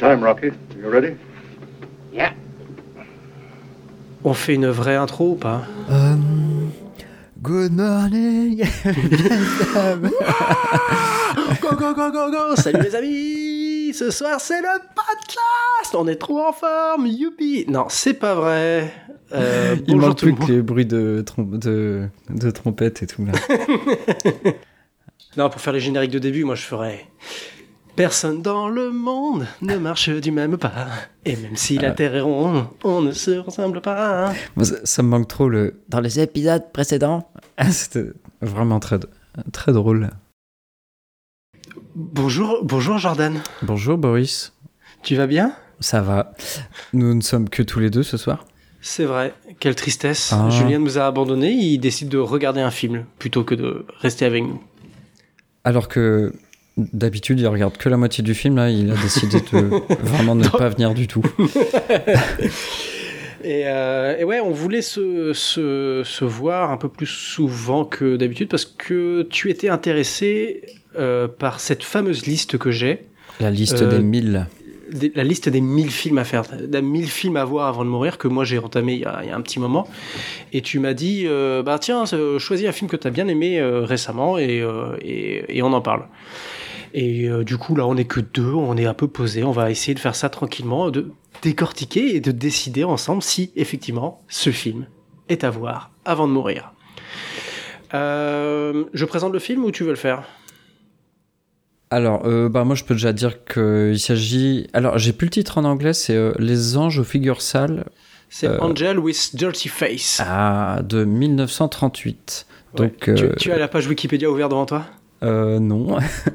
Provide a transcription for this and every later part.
time, Rocky. You ready? Yeah. On fait une vraie intro ou pas? Good morning. Go, go, go, go, go. Salut les amis. Ce soir, c'est le podcast. On est trop en forme. Youpi. Non, c'est pas vrai. Il manque plus que les bruits de trompette et tout là. Non, pour faire les génériques de début, moi je ferais... Personne dans le monde ne marche du même pas. Et même si la Terre est ronde, on ne se ressemble pas. Moi, ça me manque trop le... Dans les épisodes précédents. C'était vraiment très, très drôle. Bonjour Jordan. Bonjour Boris. Tu vas bien? Ça va. Nous ne sommes que tous les deux ce soir. C'est vrai. Quelle tristesse. Ah. Julien nous a abandonnés. Il décide de regarder un film plutôt que de rester avec nous. Alors que... D'habitude, il regarde que la moitié du film. Là, il a décidé de vraiment ne pas venir du tout. Et ouais, on voulait se voir un peu plus souvent que d'habitude parce que tu étais intéressé par cette fameuse liste que j'ai. La liste des 1000. La liste des 1000 films à faire, des 1000 films à voir avant de mourir, que moi j'ai entamé il y a un petit moment. Et tu m'as dit, tiens, choisis un film que tu as bien aimé récemment et on en parle. Et du coup, là, on n'est que deux, on est un peu posés, on va essayer de faire ça tranquillement, de décortiquer et de décider ensemble si, effectivement, ce film est à voir avant de mourir. Je présente le film ou tu veux le faire ? Alors, moi, je peux déjà dire qu'il s'agit... Alors, j'ai plus le titre en anglais, c'est Les Anges aux figures sales. C'est Angel with Dirty Face. Ah, de 1938. Ouais. Donc, tu as la page Wikipédia ouverte devant toi ? Non.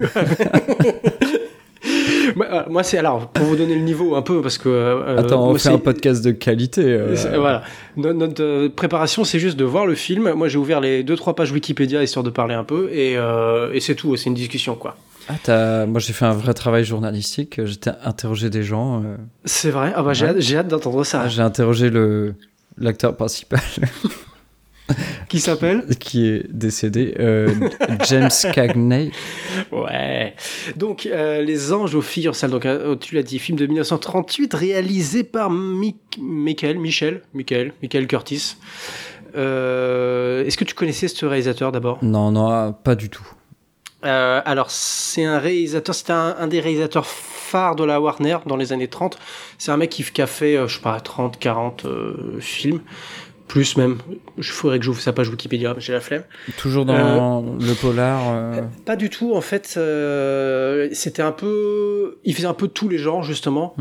Moi, c'est alors pour vous donner le niveau un peu parce que. Attends, on fait un podcast de qualité. Voilà. Notre préparation, c'est juste de voir le film. Moi, j'ai ouvert les 2-3 pages Wikipédia histoire de parler un peu et c'est tout. C'est une discussion, quoi. Moi, j'ai fait un vrai travail journalistique. J'étais interrogé des gens. C'est vrai. Ah bah j'ai hâte d'entendre ça. J'ai interrogé l'acteur principal. Qui s'appelle ? Qui est décédé, James Cagney. Ouais. Donc, Les Anges aux figures sales. Donc, tu l'as dit, film de 1938, réalisé par Michael Curtis. Est-ce que tu connaissais ce réalisateur d'abord ? Non, pas du tout. Alors, c'est un réalisateur, c'était un des réalisateurs phares de la Warner dans les années 30. C'est un mec qui a fait, 30, 40 films. Plus même, il faudrait que j'ouvre sa page Wikipédia, mais j'ai la flemme. Toujours dans le polar Pas du tout, en fait. C'était un peu... Il faisait un peu tous les genres, justement.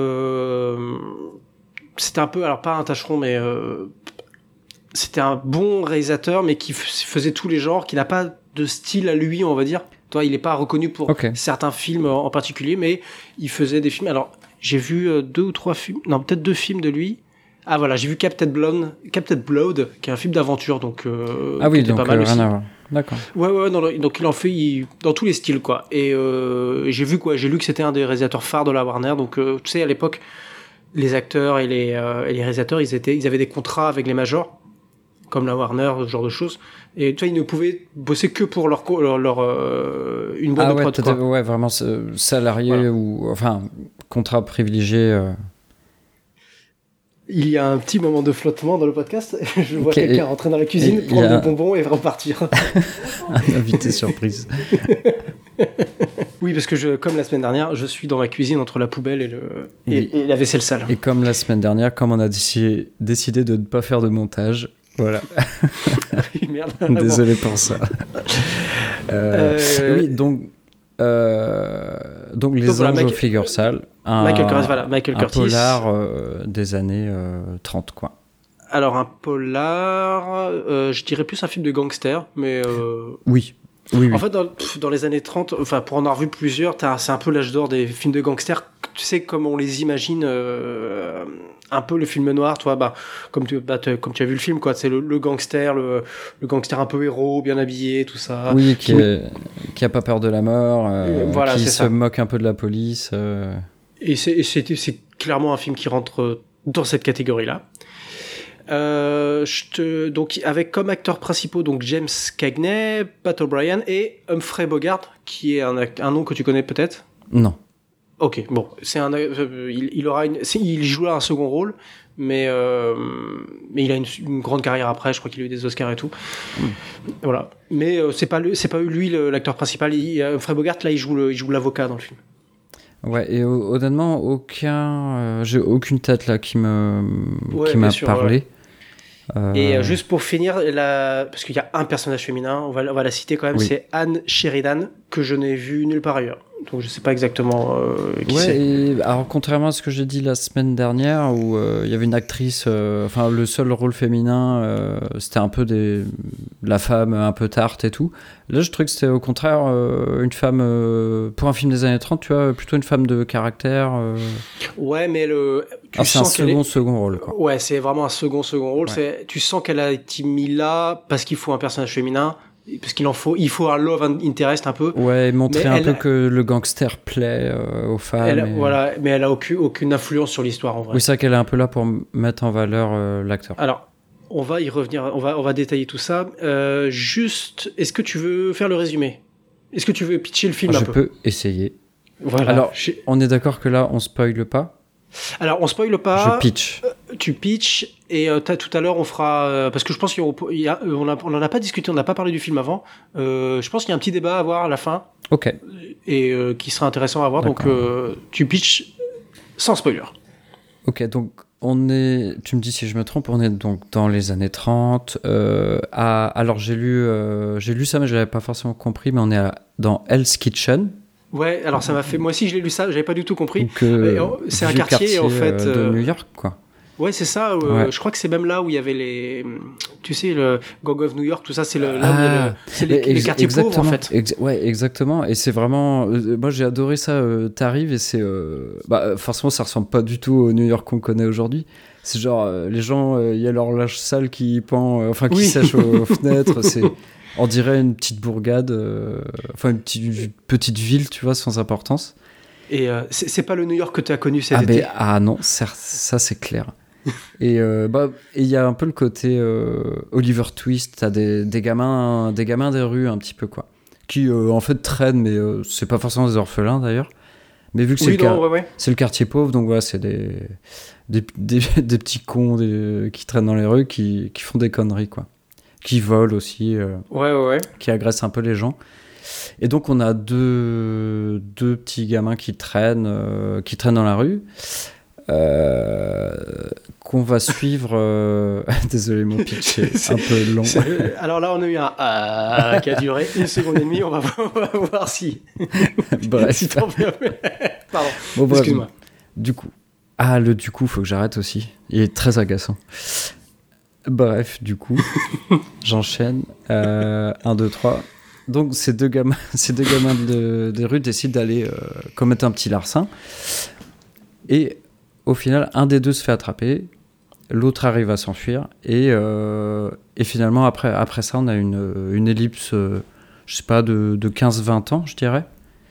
C'était un peu... Alors, pas un tâcheron, mais... C'était un bon réalisateur, mais qui faisait tous les genres, qui n'a pas de style à lui, on va dire. Toi, il n'est pas reconnu pour certains films en particulier, mais il faisait des films. Alors, j'ai vu 2 ou 3 films... Non, peut-être 2 films de lui. Ah voilà, j'ai vu Captain Blood, qui est un film d'aventure, donc ah oui, donc pas mal aussi. Rien à voir. D'accord. Ouais, donc il en fait dans tous les styles, quoi. Et j'ai lu que c'était un des réalisateurs phares de la Warner, donc tu sais, à l'époque, les acteurs et les réalisateurs, ils avaient des contrats avec les majors, comme la Warner, ce genre de choses. Et tu vois, ils ne pouvaient bosser que pour leur une boîte de prod, quoi. Ouais, vraiment salarié, voilà. Ou enfin contrat privilégié. Il y a un petit moment de flottement dans le podcast. Je vois quelqu'un rentrer dans la cuisine, prendre des bonbons et repartir. Un invité surprise. Oui, parce que comme la semaine dernière, je suis dans ma cuisine entre la poubelle et la vaisselle sale. Et comme la semaine dernière, comme on a décidé de ne pas faire de montage, voilà. Merde. Désolé pour ça. Oui, donc Les Anges aux figures sales. Michael Curtis. Un polar des années 30, quoi. Alors, un polar, je dirais plus un film de gangster, mais... Oui. En fait, dans les années 30, enfin, pour en avoir vu plusieurs, c'est un peu l'âge d'or des films de gangsters. Tu sais, comme on les imagine, un peu le film noir, toi, comme tu as vu le film, quoi. C'est le gangster, le gangster un peu héros, bien habillé, tout ça. Oui, qui a pas peur de la mort, voilà, qui se moque un peu de la police. Et c'est clairement un film qui rentre dans cette catégorie-là. Donc avec comme acteurs principaux donc James Cagney, Pat O'Brien et Humphrey Bogart, qui est un nom que tu connais peut-être. Non. Ok, bon, il jouera un second rôle, mais il a une grande carrière après. Je crois qu'il a eu des Oscars et tout. Voilà. Mais c'est pas lui l'acteur principal. Humphrey Bogart là, il joue l'avocat dans le film. Ouais, et honnêtement, j'ai aucune tête là qui m'a parlé. Ouais. Et juste pour finir, parce qu'il y a un personnage féminin, on va la citer quand même, c'est Anne Sheridan, que je n'ai vu nulle part ailleurs. Donc je sais pas exactement qui c'est. Et alors contrairement à ce que j'ai dit la semaine dernière, où il y avait une actrice, le seul rôle féminin, c'était un peu la femme un peu tarte et tout. Là, je trouvais que c'était au contraire une femme, pour un film des années 30, tu vois, plutôt une femme de caractère. Ouais, mais c'est un second rôle, quoi. Ouais, c'est vraiment un second rôle. Ouais. Tu sens qu'elle a été mise là parce qu'il faut un personnage féminin. Parce il faut un love interest un peu. Ouais, montrer un peu que le gangster plaît aux femmes. Voilà, mais elle a aucune influence sur l'histoire en vrai. Oui, c'est vrai qu'elle est un peu là pour mettre en valeur l'acteur. Alors, on va y revenir, on va détailler tout ça. Juste, est-ce que tu veux faire le résumé ? Est-ce que tu veux pitcher le film un peu ? Je peux essayer. Voilà. Alors, on est d'accord que là, on spoile pas ? Alors, on spoile pas. Je pitch. Tu pitches et tout à l'heure on fera parce que je pense qu'on en a pas discuté, on n'a pas parlé du film avant. Je pense qu'il y a un petit débat à avoir à la fin. Ok. Et qui sera intéressant à voir. D'accord. Donc tu pitches sans spoiler. Ok, donc tu me dis si je me trompe, on est donc dans les années 30. Alors j'ai lu ça mais je l'avais pas forcément compris, mais on est dans Hell's Kitchen. Ouais, alors ça m'a fait. Moi aussi, je l'ai lu ça, j'avais pas du tout compris. Donc, c'est un quartier en fait de New York, quoi. Ouais, c'est ça. Ouais. Je crois que c'est même là où il y avait tu sais, le Gang of New York, tout ça, c'est les quartiers pauvres en fait. Ouais, exactement. Et c'est vraiment. Moi, j'ai adoré ça. T'arrives et c'est. Forcément, ça ressemble pas du tout au New York qu'on connaît aujourd'hui. C'est genre les gens, il y a leur linge sale qui pend, qui sèche aux fenêtres. On dirait une petite bourgade, une petite ville, tu vois, sans importance. Et c'est pas le New York que tu as connu cet été. Non, ça c'est clair. Et il y a un peu le côté Oliver Twist, t'as des gamins des rues un petit peu, quoi, qui en fait traînent, mais c'est pas forcément des orphelins d'ailleurs. Mais vu que c'est le quartier pauvre, donc voilà, c'est des petits cons qui traînent dans les rues, qui font des conneries, quoi. Qui volent aussi, qui agressent un peu les gens. Et donc on a deux petits gamins qui traînent dans la rue, qu'on va suivre. Désolé, mon pitch est un peu long. Alors là, on a eu un qui a duré 1 seconde et demie. On va voir si. Bref. Si t'en viens. Pardon. Bon, excuse-moi. Du coup, faut que j'arrête aussi. Il est très agaçant. Bref, du coup, j'enchaîne. 1, 2, 3. Donc, ces deux gamins des rues décident d'aller commettre un petit larcin. Et au final, un des deux se fait attraper. L'autre arrive à s'enfuir. Et finalement, après ça, on a une ellipse, je sais pas, de 15-20 ans, je dirais.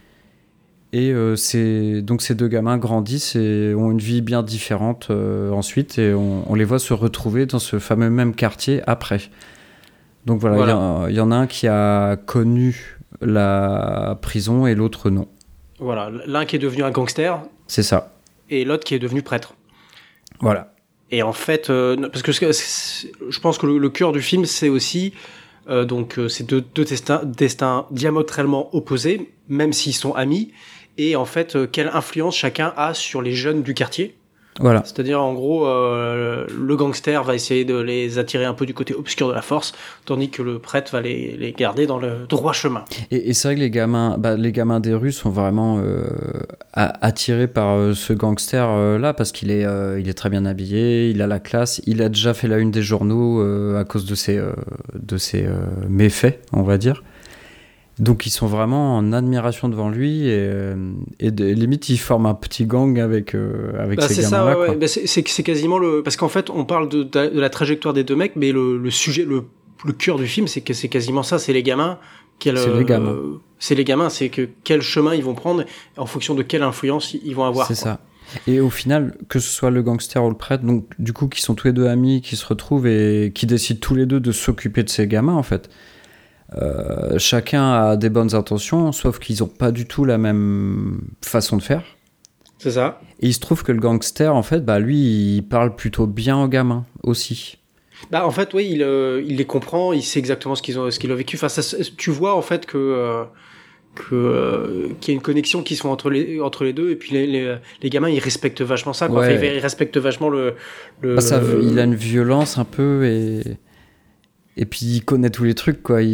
Et donc ces deux gamins grandissent et ont une vie bien différente ensuite, et on les voit se retrouver dans ce fameux même quartier après. Donc voilà. Il y en a un qui a connu la prison et l'autre non. Voilà, l'un qui est devenu un gangster. C'est ça. Et l'autre qui est devenu prêtre. Voilà. Et en fait, parce que je pense que le cœur du film, c'est aussi ces deux destins diamétralement opposés, même s'ils sont amis. Et en fait, quelle influence chacun a sur les jeunes du quartier. Voilà. C'est-à-dire, en gros, le gangster va essayer de les attirer un peu du côté obscur de la force, tandis que le prêtre va les garder dans le droit chemin. Et c'est vrai que les gamins des rues sont vraiment attirés par ce gangster-là, parce qu'il est très bien habillé, il a la classe, il a déjà fait la une des journaux à cause de ses méfaits, on va dire. Donc ils sont vraiment en admiration devant lui, et limite ils forment un petit gang avec ces gamins-là. Ça, ouais. C'est quasiment parce qu'en fait on parle de la trajectoire des deux mecs, mais le sujet, le cœur du film, c'est que c'est quasiment ça, c'est les gamins. C'est les gamins, c'est que quel chemin ils vont prendre en fonction de quelle influence ils vont avoir. C'est ça. Et au final, que ce soit le gangster ou le prêtre, donc du coup qui sont tous les deux amis, qui se retrouvent et qui décident tous les deux de s'occuper de ces gamins en fait. Chacun a des bonnes intentions, sauf qu'ils n'ont pas du tout la même façon de faire. C'est ça. Et il se trouve que le gangster, en fait, bah lui, il parle plutôt bien aux gamins aussi. Bah en fait, oui, il les comprend, il sait exactement ce qu'ils ont vécu. Enfin, tu vois en fait qu'il y a une connexion qui se fait entre les deux, et puis les gamins ils respectent vachement ça, quoi. Ouais. Enfin, ils respectent vachement le Il a une violence un peu et puis il connaît tous les trucs, quoi.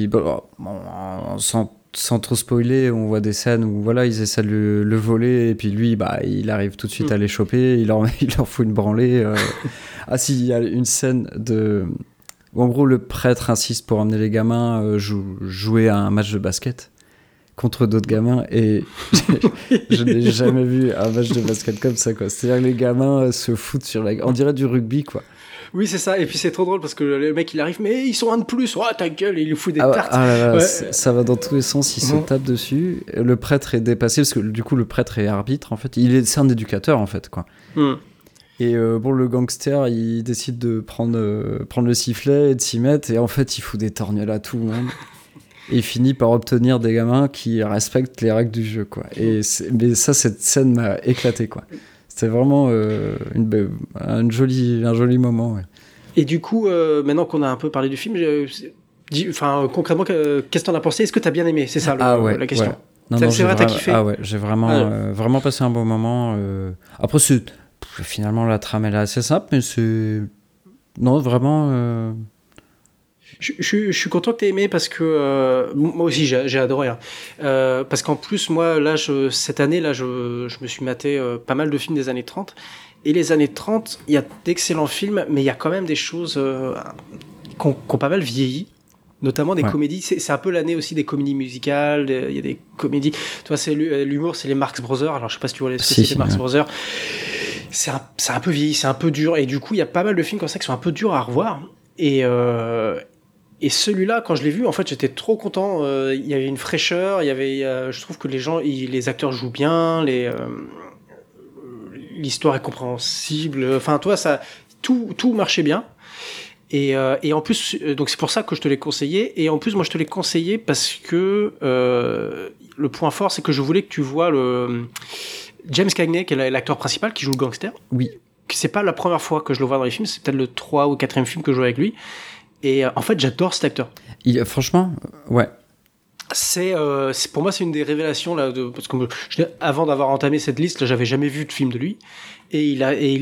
Sans trop spoiler, on voit des scènes où voilà, ils essaient de le voler et puis lui, bah, il arrive tout de suite à les choper, il leur fout une branlée. Ah si, il y a une scène où en gros le prêtre insiste pour emmener les gamins jouer à un match de basket contre d'autres gamins, et je n'ai jamais vu un match de basket comme ça, quoi. C'est-à-dire que les gamins se foutent on dirait du rugby, quoi. Oui, c'est ça. Et puis c'est trop drôle parce que le mec il arrive, mais ils sont un de plus. Oh ta gueule, et il lui fout des tartes. Ah là là, Ouais. ça va dans tous les sens, il se tape dessus. Le prêtre est dépassé parce que du coup le prêtre est arbitre, en fait. C'est un éducateur, en fait, quoi. Et bon, le gangster, il décide de prendre le sifflet et de s'y mettre, et en fait il fout des torgnoles à tout le monde. Et il finit par obtenir des gamins qui respectent les règles du jeu, quoi. Mais ça, cette scène m'a éclaté, quoi. C'était vraiment un joli moment, ouais. Et du coup, maintenant qu'on a un peu parlé du film, concrètement, qu'est-ce que t'en as pensé? Est-ce que t'as bien aimé? C'est ça la question. Ouais. Non, c'est vrai, t'as kiffé? Ah ouais, j'ai vraiment passé un bon moment. Après, finalement, la trame, elle est assez simple, mais c'est... Non, vraiment... Je suis content que t'aies aimé parce que moi aussi j'ai adoré, hein. Parce qu'en plus moi là cette année là je me suis maté pas mal de films des années 30, et les années 30 il y a d'excellents films, mais il y a quand même des choses qui ont pas mal vieilli, notamment des comédies. C'est un peu l'année aussi des comédies musicales. Il y a des comédies, tu vois, c'est l'humour, c'est les Marx Brothers. Alors je sais pas si tu vois les Marx Brothers. C'est un peu vieilli, c'est un peu dur, et du coup il y a pas mal de films comme ça qui sont un peu durs à revoir. Et celui-là, quand je l'ai vu, en fait, j'étais trop content. Il y avait une fraîcheur, je trouve que les acteurs jouent bien, l'histoire est compréhensible. Enfin, toi, tout marchait bien. Et en plus, donc c'est pour ça que je te l'ai conseillé. Et en plus, moi, je te l'ai conseillé parce que le point fort, c'est que je voulais que tu vois James Cagney, qui est l'acteur principal, qui joue le gangster. Oui. C'est pas la première fois que je le vois dans les films, c'est peut-être le 3 ou 4e film que je joue avec lui. Et en fait, j'adore cet acteur. Franchement, ouais. Pour moi, c'est une des révélations là, parce que avant d'avoir entamé cette liste, là, j'avais jamais vu de film de lui. Et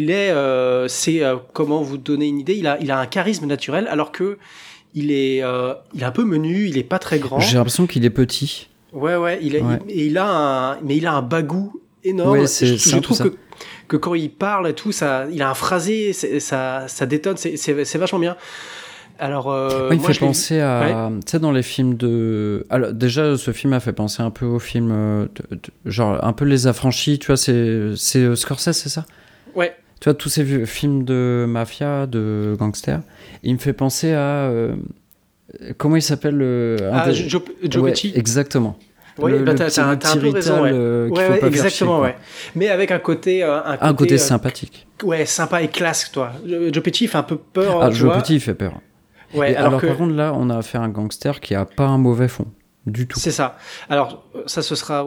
comment vous donner une idée. Il a un charisme naturel, alors que il est un peu menu, il est pas très grand. J'ai l'impression qu'il est petit. Ouais. Il a un bagou énorme. Ouais, je trouve que quand il parle et tout, il a un phrasé, ça détonne, c'est vachement bien. Alors, il fait penser à... Tu sais, dans les films de... Alors, déjà, ce film a fait penser un peu au film... genre, un peu Les Affranchis, tu vois, c'est Scorsese, c'est ça? Ouais. Tu vois, tous ces films de mafia, de gangsters. Il me fait penser à... comment il s'appelle Joe Pesci. Exactement. Oui, t'as un peu raison, ouais. Exactement, ouais. Mais avec un côté sympathique. Ouais, sympa et classe, toi. Joe Pesci, il fait un peu peur. Joe Pesci, il fait peur. Ouais, alors par contre, là, on a affaire à un gangster qui a pas un mauvais fond. Du tout. C'est ça. Alors, ça,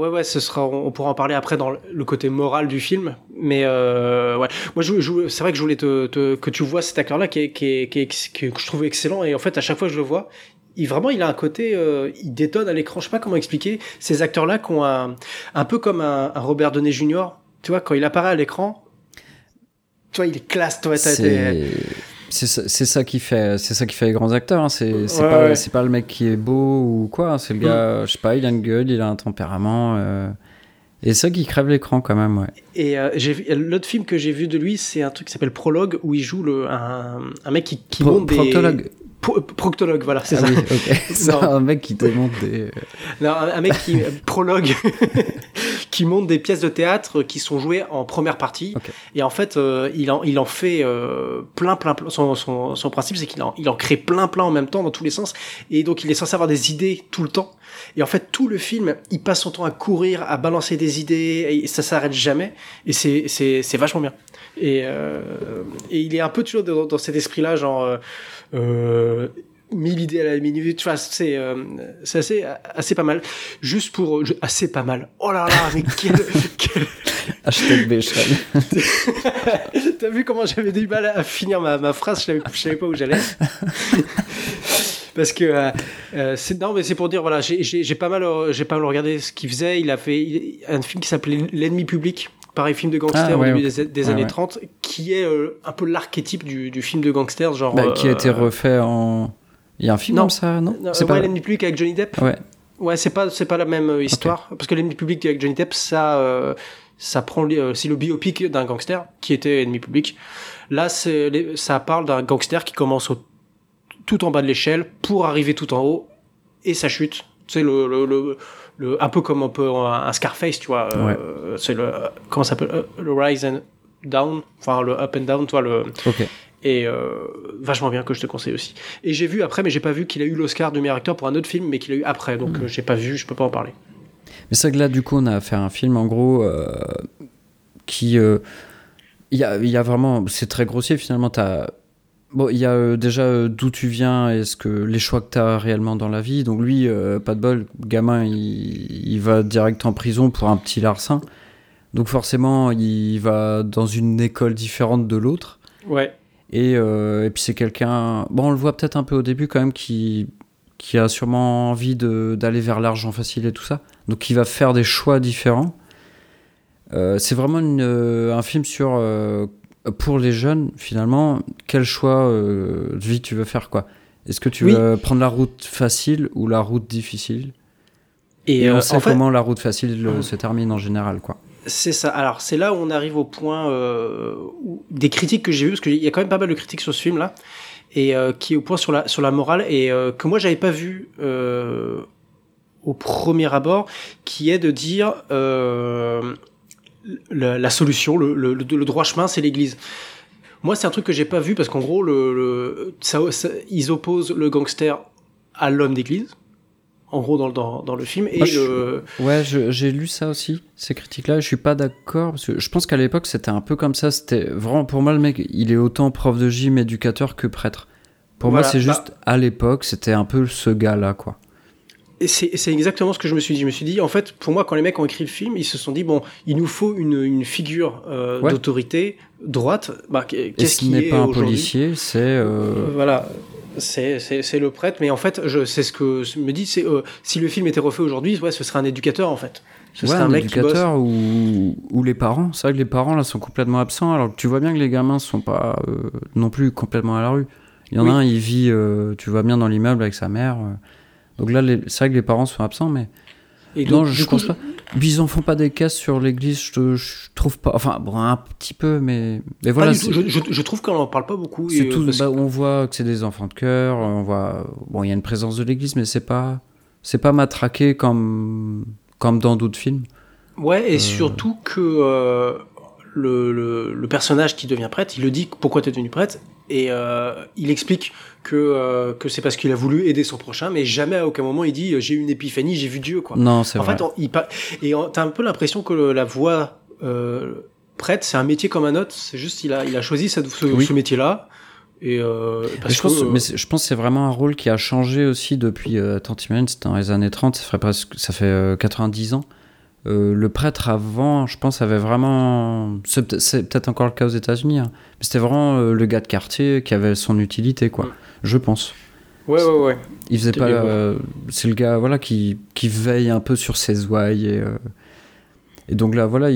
on pourra en parler après dans le côté moral du film. Mais, ouais. Moi, c'est vrai que je voulais que tu vois cet acteur-là que je trouve excellent. Et en fait, à chaque fois que je le vois, il a un côté, il détonne à l'écran. Je sais pas comment expliquer. Ces acteurs-là qui ont un peu comme un Robert Downey Jr. Tu vois, quand il apparaît à l'écran, tu vois, il est classe, toi. C'est ça qui fait les grands acteurs, hein. C'est pas le mec qui est beau ou quoi, c'est le gars, je sais pas, il a une gueule, il a un tempérament, et c'est ça qui crève l'écran quand même, ouais. Et l'autre film que j'ai vu de lui, c'est un truc qui s'appelle Prologue, où il joue un mec qui monte des... Proctologue, voilà, c'est ça. Oui, okay. C'est un mec qui te montre des... Non, un mec qui... Prologue, qui monte des pièces de théâtre qui sont jouées en première partie. Okay. Et en fait, il en fait plein. Son principe, c'est qu'il en crée plein en même temps, dans tous les sens. Et donc, il est censé avoir des idées tout le temps. Et en fait, tout le film, il passe son temps à courir, à balancer des idées, et ça s'arrête jamais. Et c'est vachement bien. Et il est un peu toujours dans cet esprit-là, genre 1000 idées à la minute. Tu vois, c'est assez pas mal. Assez pas mal. Oh là là, mais quel Hashtag Bécherel. T'as vu comment j'avais du mal à finir ma phrase, je savais pas où j'allais. Parce que c'est pour dire, voilà, j'ai pas mal regardé ce qu'il faisait. Il a fait un film qui s'appelait L'ennemi public, pareil, film de gangster au début des années 30, qui est un peu l'archétype du film de gangster, genre qui a été refait en... Il y a un film comme ça, non? C'est pas L'ennemi public avec Johnny Depp. Ouais, c'est pas la même histoire, parce que L'ennemi public avec Johnny Depp, ça prend c'est le biopic d'un gangster qui était ennemi public. Là, ça parle d'un gangster qui commence tout en bas de l'échelle pour arriver tout en haut, et ça chute. C'est un peu comme un Scarface, tu vois. C'est comment ça s'appelle, le rise and down, enfin le up and down, toi et vachement bien, que je te conseille aussi. Et j'ai vu après, mais j'ai pas vu qu'il a eu l'Oscar du meilleur acteur pour un autre film, mais qu'il a eu après, donc j'ai pas vu, je peux pas en parler. Mais c'est que là, du coup, on a fait un film, en gros, qui... Il y a vraiment... C'est très grossier, finalement. Il y a déjà d'où tu viens et les choix que tu as réellement dans la vie. Donc lui, pas de bol, gamin, il va direct en prison pour un petit larcin. Donc forcément, il va dans une école différente de l'autre. Ouais. Et puis c'est quelqu'un... Bon, on le voit peut-être un peu au début quand même, qui a sûrement envie d'aller vers l'argent facile et tout ça. Donc il va faire des choix différents. C'est vraiment un film sur... pour les jeunes, finalement, quel choix de vie tu veux faire, quoi. Est-ce que tu veux prendre la route facile ou la route difficile ? Et on sait comment la route facile se termine en général, quoi. C'est ça. Alors, c'est là où on arrive au point des critiques que j'ai vues, parce qu'il y a quand même pas mal de critiques sur ce film-là, et qui est au point sur la morale, et que moi, j'avais pas vu au premier abord, qui est de dire... la solution, le droit chemin, c'est l'Église. Moi, c'est un truc que j'ai pas vu, parce qu'en gros, ils opposent le gangster à l'homme d'église, en gros dans le film. Et j'ai lu ça aussi, ces critiques-là. Je suis pas d'accord, parce que je pense qu'à l'époque, c'était un peu comme ça. C'était vraiment, pour moi, le mec, il est autant prof de gym, éducateur que prêtre. Pour moi, c'est juste, à l'époque, c'était un peu ce gars-là, quoi. Et c'est exactement ce que je me suis dit. Je me suis dit, en fait, pour moi, quand les mecs ont écrit le film, ils se sont dit, bon, il nous faut une figure d'autorité droite. Qu'est-ce qui n'est pas un policier, c'est... Voilà, c'est le prêtre. Mais en fait, c'est ce que je me dis, c'est si le film était refait aujourd'hui, ce serait un éducateur, en fait. Ce serait un mec éducateur qui bosse. Ou les parents. C'est vrai que les parents, là, sont complètement absents, alors que tu vois bien que les gamins sont pas non plus complètement à la rue. Il y en a un, il vit, tu vois bien, dans l'immeuble avec sa mère... Donc là, c'est vrai que les parents sont absents, mais... Et donc, non, je pense pas. Ils en font pas des caisses sur l'église, je trouve pas... Enfin, bon, un petit peu, mais voilà. Je trouve qu'on en parle pas beaucoup. C'est tout, on voit que c'est des enfants de chœur, on voit... Bon, il y a une présence de l'église, mais c'est pas matraqué comme dans d'autres films. Ouais, et surtout que le personnage qui devient prêtre, il le dit pourquoi t'es devenu prêtre, et il explique que c'est parce qu'il a voulu aider son prochain, mais jamais à aucun moment il dit j'ai eu une épiphanie, j'ai vu Dieu, quoi. Non, c'est vrai. En fait, t'as un peu l'impression que la voix prêtre, c'est un métier comme un autre, c'est juste il a choisi ce métier-là. Et je pense que c'est vraiment un rôle qui a changé aussi depuis t'imagines, c'était dans les années 30, ça fait 90 ans. Le prêtre avant, je pense, avait vraiment... C'est peut-être encore le cas aux États-Unis, hein, mais c'était vraiment le gars de quartier qui avait son utilité, quoi. Je pense. Ouais. Il faisait pas... c'est le gars, voilà, qui veille un peu sur ses ouailles. Et donc là, voilà,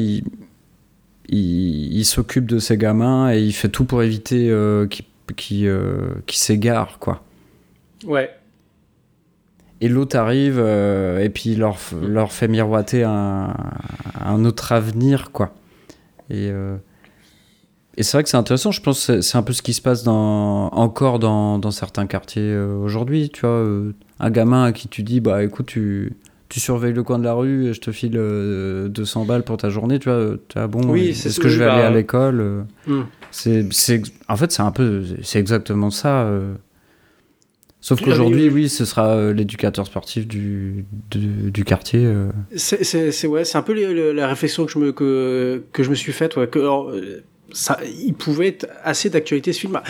il s'occupe de ses gamins et il fait tout pour éviter qu'ils s'égarent, quoi. Ouais. Et l'autre arrive et puis il leur fait miroiter un autre avenir, quoi. Et c'est vrai que c'est intéressant. Je pense que c'est un peu ce qui se passe encore dans certains quartiers aujourd'hui. Tu vois, un gamin à qui tu dis, bah écoute, tu surveilles le coin de la rue et je te file 200 balles pour ta journée. Tu vois, bon, oui, est-ce que je vais aller à l'école En fait, c'est exactement ça. Sauf qu'aujourd'hui, oui, ce sera l'éducateur sportif du quartier. C'est un peu la réflexion que je me suis faite. Ouais, il pouvait être assez d'actualité, ce film.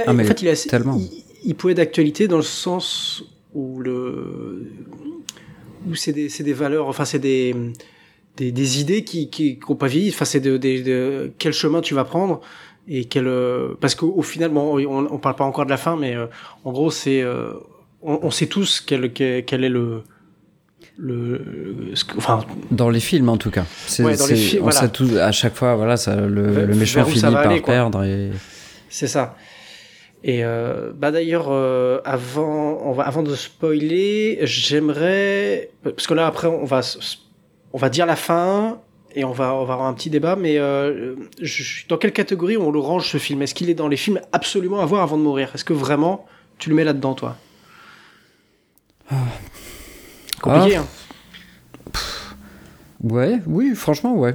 Il pouvait être d'actualité dans le sens où c'est des valeurs. Enfin, c'est des... des idées qui ont pas vieilli. Enfin, c'est quel chemin tu vas prendre et parce qu'au final, bon, on parle pas encore de la fin, mais en gros, c'est on sait tous quel est enfin, dans les films en tout cas. Dans les films, on sait tous à chaque fois, voilà, le méchant finit par perdre et. C'est ça. Et d'ailleurs, avant de spoiler, j'aimerais, parce que là après on va dire la fin et on va avoir un petit débat, mais dans quelle catégorie on le range ce film? Est-ce qu'il est dans les films absolument à voir avant de mourir? Est-ce que vraiment tu le mets là-dedans, toi? Compliqué, hein. Ouais, oui, franchement, ouais.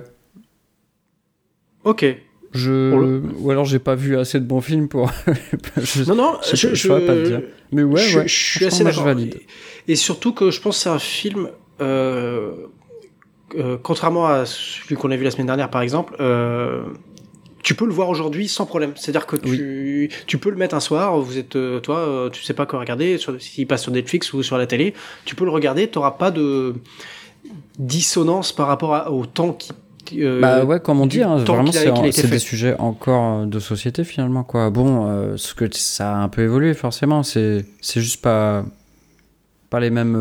Ok. Ou alors j'ai pas vu assez de bons films pour. Non, je saurais pas te dire. Mais ouais, je suis assez d'accord. Valide. Et surtout que je pense que c'est un film, contrairement à celui qu'on a vu la semaine dernière, par exemple, tu peux le voir aujourd'hui sans problème. C'est-à-dire que tu peux le mettre un soir, vous êtes, toi, tu sais pas quoi regarder, s'il passe sur Netflix ou sur la télé, tu peux le regarder, t'auras pas de dissonance par rapport au temps qui ouais, comme on dit, vraiment c'est des sujets encore de société finalement, quoi. Bon, ce que ça a un peu évolué forcément, c'est juste pas les mêmes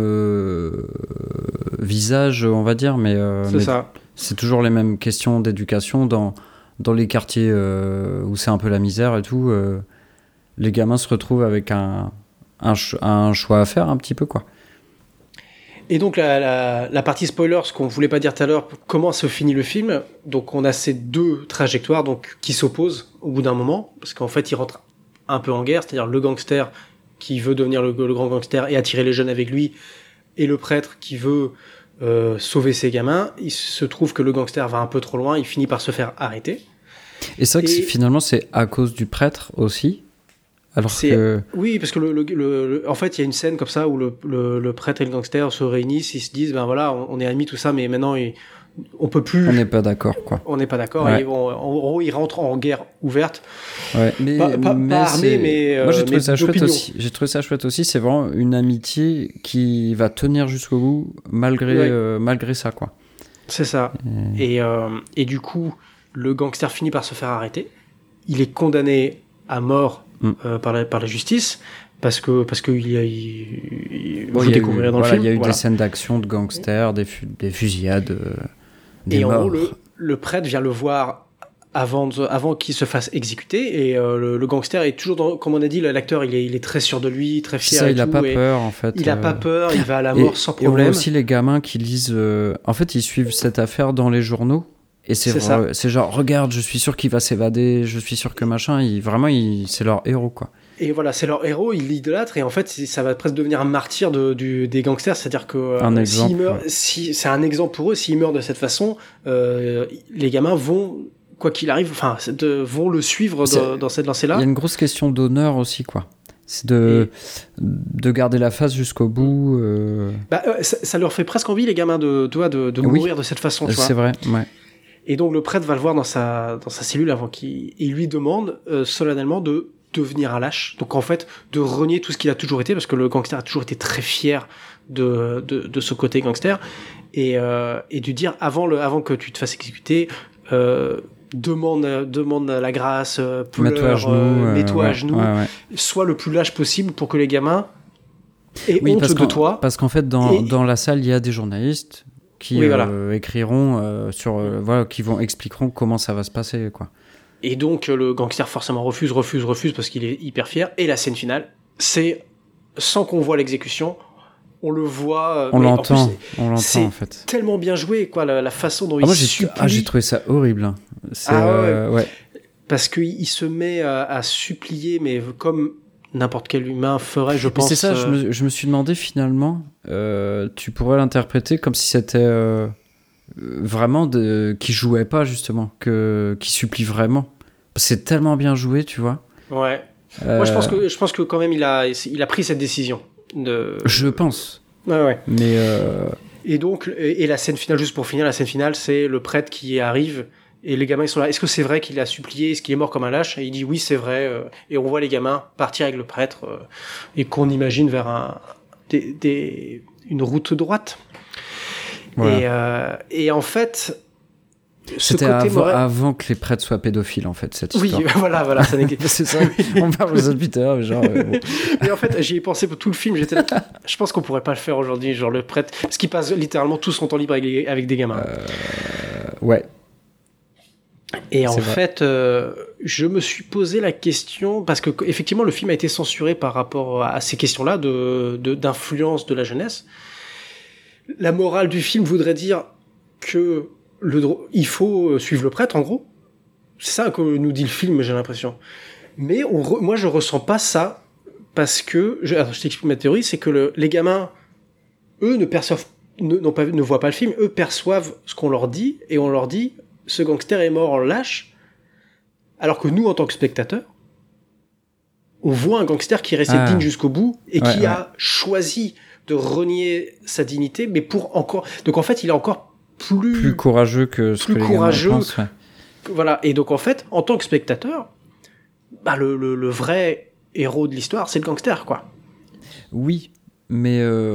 visages, on va dire, mais ça. C'est toujours les mêmes questions d'éducation dans les quartiers où c'est un peu la misère et tout. Les gamins se retrouvent avec un choix à faire un petit peu, quoi. Et donc la partie spoiler, ce qu'on voulait pas dire tout à l'heure, comment se finit le film. Donc on a ces deux trajectoires donc qui s'opposent au bout d'un moment, parce qu'en fait ils rentrent un peu en guerre, c'est-à-dire le gangster qui veut devenir le grand gangster et attirer les jeunes avec lui, et le prêtre qui veut sauver ses gamins. Il se trouve que le gangster va un peu trop loin, il finit par se faire arrêter. Et c'est vrai que finalement c'est à cause du prêtre aussi. Oui, parce que en fait, il y a une scène comme ça où le prêtre et le gangster se réunissent, ils se disent, ben voilà, on est amis, tout ça, mais maintenant, on peut plus. On n'est pas d'accord, quoi. On n'est pas d'accord. Ouais. Et en gros, ils rentrent en guerre ouverte. Ouais, pas armée, mais. Moi, j'ai trouvé ça chouette aussi. J'ai trouvé ça chouette aussi. C'est vraiment une amitié qui va tenir jusqu'au bout, malgré ça, quoi. C'est ça. Et du coup, le gangster finit par se faire arrêter. Il est condamné à mort. Par la justice, parce que vous découvrirez dans le film. Il y a eu des scènes d'action de gangsters, des fusillades, des morts. En gros, le prêtre vient le voir avant qu'il se fasse exécuter, et le gangster est toujours comme on a dit, l'acteur il est très sûr de lui, très fier. Ça, il a pas peur en fait. Il a pas peur, il va à la mort sans problème. Et on voit aussi les gamins qui lisent. En fait, ils suivent cette affaire dans les journaux. Et c'est genre, regarde, je suis sûr qu'il va s'évader, je suis sûr que machin, c'est leur héros, quoi. Et voilà, c'est leur héros, ils l'idolâtrent, et en fait, ça va presque devenir un martyr des gangsters, c'est-à-dire que c'est un exemple pour eux, s'il meurt de cette façon, les gamins vont, quoi qu'il arrive, vont le suivre dans cette lancée-là. Il y a une grosse question d'honneur aussi, quoi. C'est de garder la face jusqu'au bout. Ça leur fait presque envie, les gamins, de mourir de cette façon, tu vois. C'est vrai, ouais. Et donc le prêtre va le voir dans sa cellule et lui demande solennellement de devenir un lâche. Donc en fait, de renier tout ce qu'il a toujours été, parce que le gangster a toujours été très fier de ce côté gangster, et de dire avant que tu te fasses exécuter, demande la grâce, pleure, mets-toi à genoux, sois le plus lâche possible pour que les gamins aient honte de toi. Parce qu'en fait, dans la salle, il y a des journalistes qui écriront expliqueront comment ça va se passer, quoi. Et donc le gangster forcément refuse parce qu'il est hyper fier. Et la scène finale, c'est sans qu'on voit l'exécution, on le voit. On l'entend en c'est fait. Tellement bien joué, quoi, la façon dont il supplie. J'ai trouvé ça horrible. Ouais. Parce qu'il se met à supplier, mais comme n'importe quel humain ferait, je pense. C'est ça, je me suis demandé finalement, tu pourrais l'interpréter comme si c'était vraiment qui jouait pas justement, qui supplie vraiment. C'est tellement bien joué, tu vois. Ouais. Moi, je pense que quand même il a pris cette décision. Je pense. Ouais. Mais et donc la scène finale, juste pour finir, c'est le prêtre qui arrive. Et les gamins, ils sont là. Est-ce que c'est vrai qu'il a supplié? Est-ce qu'il est mort comme un lâche? Et il dit oui, c'est vrai. Et on voit les gamins partir avec le prêtre et qu'on imagine vers une route droite. Voilà. Et en fait, c'était avant que les prêtres soient pédophiles, en fait, cette histoire. Oui, voilà, ça n'est c'est ça, on parle de ça depuis tout à l'heure, genre... bon. Mais en fait, j'y ai pensé pour tout le film, j'étais là, je pense qu'on pourrait pas le faire aujourd'hui, genre le prêtre, parce qu'il passe littéralement tout son temps libre avec des gamins. Ouais. Et en fait, je me suis posé la question, parce que effectivement le film a été censuré par rapport à ces questions-là d'influence de la jeunesse. La morale du film voudrait dire que il faut suivre le prêtre, en gros. C'est ça que nous dit le film, j'ai l'impression. Mais moi, je ressens pas ça, parce que... je t'explique ma théorie, c'est que les gamins, eux, ne voient pas le film, eux perçoivent ce qu'on leur dit, et on leur dit, ce gangster est mort, on le lâche, alors que nous, en tant que spectateurs, on voit un gangster qui est resté digne jusqu'au bout, et qui a choisi de renier sa dignité, mais pour encore... Donc en fait, il est encore plus courageux que ce que les gamins pensent. Voilà, et donc en fait, en tant que spectateur, bah, le vrai héros de l'histoire, c'est le gangster, quoi. Oui, mais